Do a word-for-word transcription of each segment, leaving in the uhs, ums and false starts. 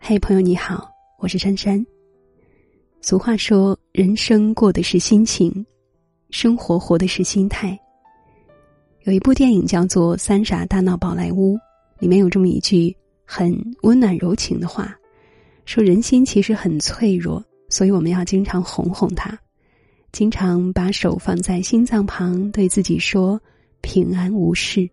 嘿，朋友你好，我是珊珊。俗话说，人生过的是心情，生活活的是心态。有一部电影叫做《三傻大闹宝莱坞》，里面有这么一句很温暖柔情的话，说人心其实很脆弱，所以我们要经常哄哄它，经常把手放在心脏旁，对自己说平安无事。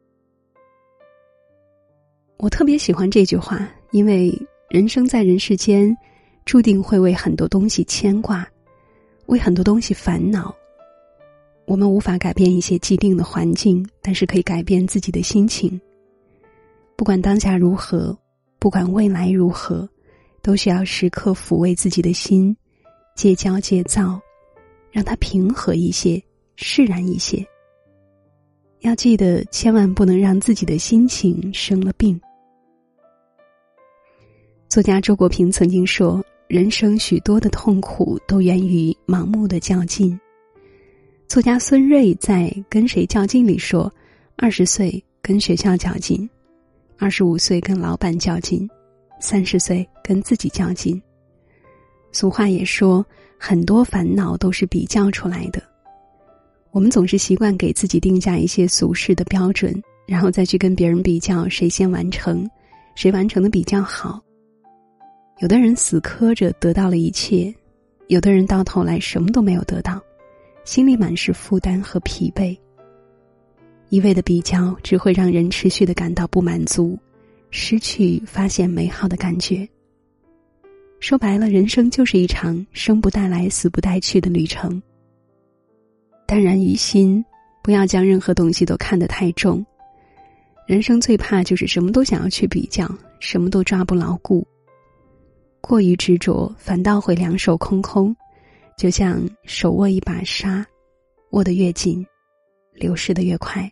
我特别喜欢这句话，因为人生在人世间，注定会为很多东西牵挂，为很多东西烦恼。我们无法改变一些既定的环境，但是可以改变自己的心情。不管当下如何，不管未来如何，都需要时刻抚慰自己的心，戒骄戒躁，让它平和一些，释然一些。要记得，千万不能让自己的心情生了病。作家周国平曾经说，人生许多的痛苦都源于盲目的较劲。作家孙瑞在《跟谁较劲》里说，二十岁跟学校较劲，二十五岁跟老板较劲，三十岁跟自己较劲。俗话也说，很多烦恼都是比较出来的。我们总是习惯给自己定下一些俗世的标准，然后再去跟别人比较谁先完成，谁完成的比较好。有的人死磕着得到了一切，有的人到头来什么都没有得到，心里满是负担和疲惫。一味的比较只会让人持续的感到不满足，失去发现美好的感觉。说白了，人生就是一场生不带来死不带去的旅程。淡然于心，不要将任何东西都看得太重。人生最怕就是什么都想要去比较，什么都抓不牢固。过于执着，反倒会两手空空，就像手握一把沙，握得越紧，流失得越快。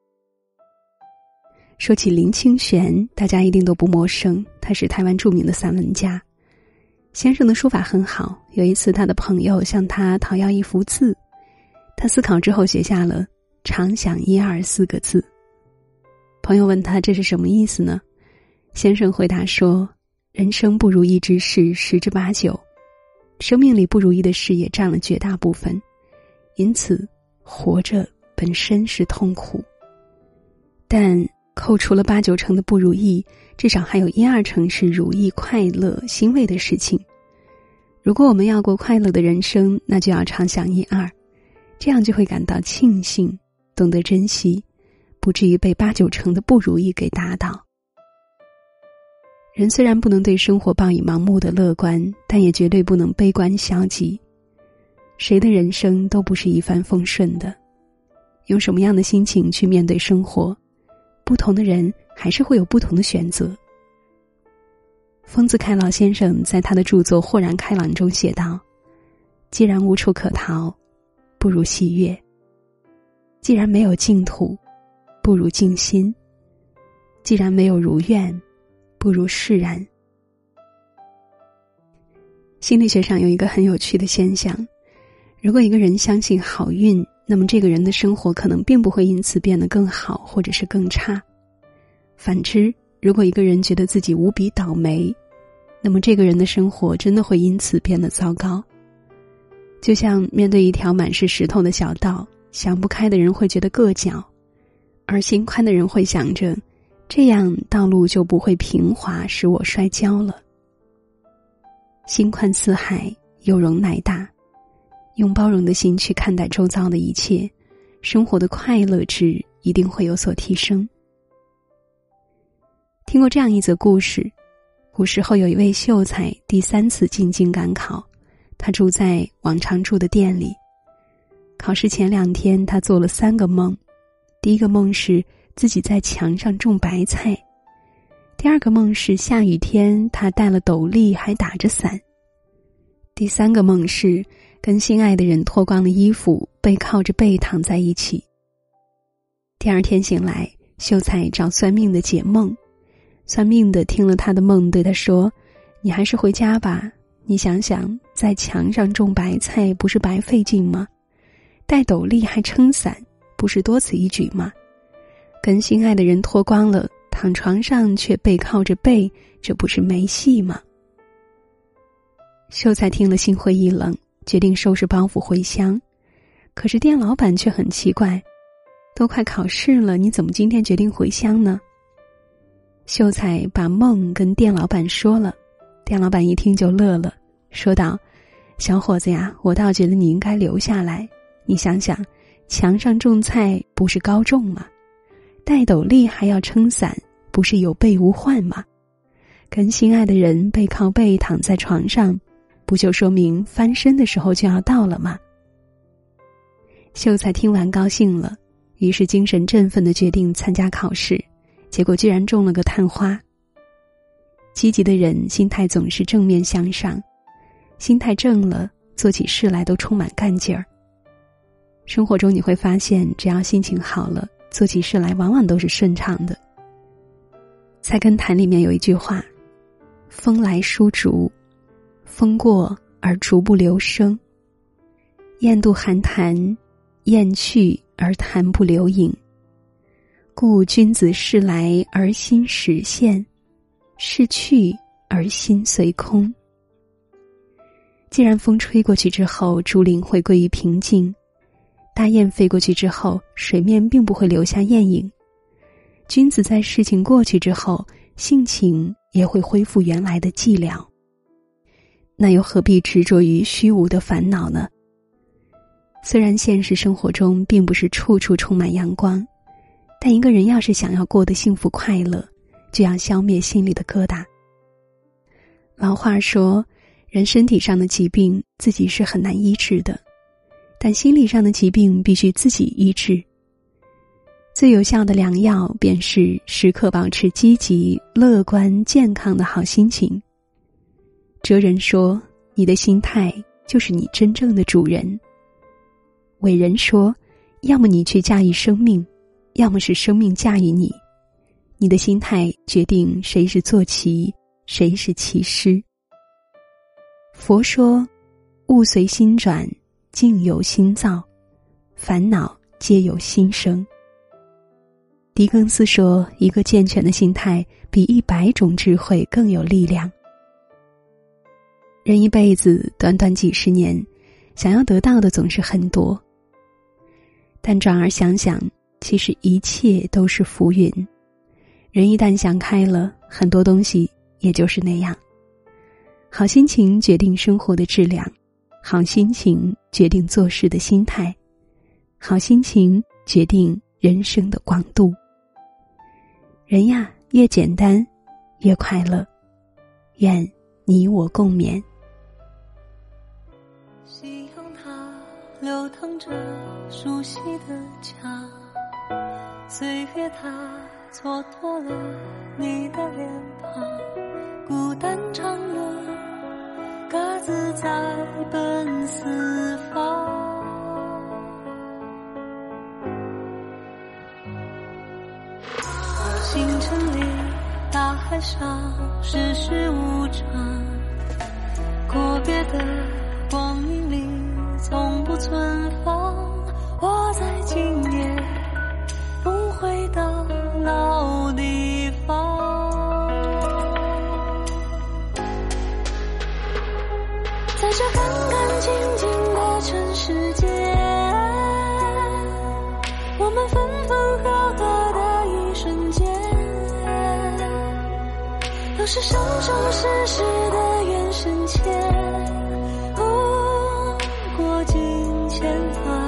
说起林清玄，大家一定都不陌生，他是台湾著名的散文家。先生的书法很好，有一次他的朋友向他讨要一幅字，他思考之后写下了常想一二四个字。朋友问他这是什么意思呢？先生回答说，人生不如意之事十之八九，生命里不如意的事也占了绝大部分，因此活着本身是痛苦，但扣除了八九成的不如意，至少还有一二成是如意、快乐、欣慰的事情。如果我们要过快乐的人生，那就要常想一二，这样就会感到庆幸，懂得珍惜，不至于被八九成的不如意给打倒。人虽然不能对生活抱以盲目的乐观，但也绝对不能悲观消极。谁的人生都不是一帆风顺的，用什么样的心情去面对生活，不同的人还是会有不同的选择。丰子恺老先生在他的著作《豁然开朗》中写道，既然无处可逃，不如喜悦；既然没有净土，不如静心；既然没有如愿，不如释然。心理学上有一个很有趣的现象，如果一个人相信好运，那么这个人的生活可能并不会因此变得更好或者是更差。反之，如果一个人觉得自己无比倒霉，那么这个人的生活真的会因此变得糟糕。就像面对一条满是石头的小道，想不开的人会觉得硌脚，而心宽的人会想着，这样道路就不会平滑，使我摔跤了。心宽似海，有容乃大，用包容的心去看待周遭的一切，生活的快乐值一定会有所提升。听过这样一则故事，古时候有一位秀才第三次进京赶考，他住在往常住的店里。考试前两天，他做了三个梦。第一个梦是自己在墙上种白菜，第二个梦是下雨天他戴了斗笠还打着伞，第三个梦是跟心爱的人脱光了衣服，背靠着背躺在一起。第二天醒来，秀才找算命的解梦，算命的听了他的梦，对他说，你还是回家吧，你想想，在墙上种白菜不是白费劲吗？戴斗笠还撑伞，不是多此一举吗？跟心爱的人脱光了，躺床上却背靠着背，这不是没戏吗？ 秀才听了心灰意冷，决定收拾包袱回乡。可是店老板却很奇怪，都快考试了，你怎么今天决定回乡呢？秀才把梦跟店老板说了，店老板一听就乐了，说道：小伙子呀，我倒觉得你应该留下来。你想想，墙上种菜不是高种吗？戴斗笠还要撑伞，不是有备无患吗？跟心爱的人背靠背躺在床上，不就说明翻身的时候就要到了吗？秀才听完高兴了，于是精神振奋地决定参加考试，结果居然中了个探花。积极的人心态总是正面向上，心态正了，做起事来都充满干劲儿。生活中你会发现，只要心情好了，做起事来往往都是顺畅的。菜根谭里面有一句话：风来疏竹，风过而竹不留声；雁渡寒潭，雁去而潭不留影。故君子事来而心始现，事去而心随空。既然风吹过去之后，竹林会归于平静，大雁飞过去之后，水面并不会留下雁影。君子在事情过去之后，性情也会恢复原来的寂寥。那又何必执着于虚无的烦恼呢？虽然现实生活中并不是处处充满阳光，但一个人要是想要过得幸福快乐，就要消灭心里的疙瘩。老话说，人身体上的疾病自己是很难医治的，但心理上的疾病必须自己医治。最有效的良药便是时刻保持积极、乐观、健康的好心情。哲人说，你的心态就是你真正的主人。伟人说，要么你去驾驭生命，要么是生命驾驭你。你的心态决定谁是坐骑，谁是骑师。佛说，物随心转，境由心造，烦恼皆由心生。狄更斯说，一个健全的心态比一百种智慧更有力量。人一辈子短短几十年，想要得到的总是很多，但转而想想，其实一切都是浮云。人一旦想开了，很多东西也就是那样。好心情决定生活的质量，好心情决定做事的心态，好心情决定人生的广度。人呀，越简单越快乐。愿你我共勉。 夕阳它流淌着熟悉的家，岁月它蹉跎了你的脸庞，孤单长路各自在奔四方。星辰里大海上世事无常，阔别的光阴里从不存放。我在今夜不回到老地方，在这干干净净的尘世间，我们分分合合的一瞬间，都是生生世世的缘深浅。哦，过尽千帆。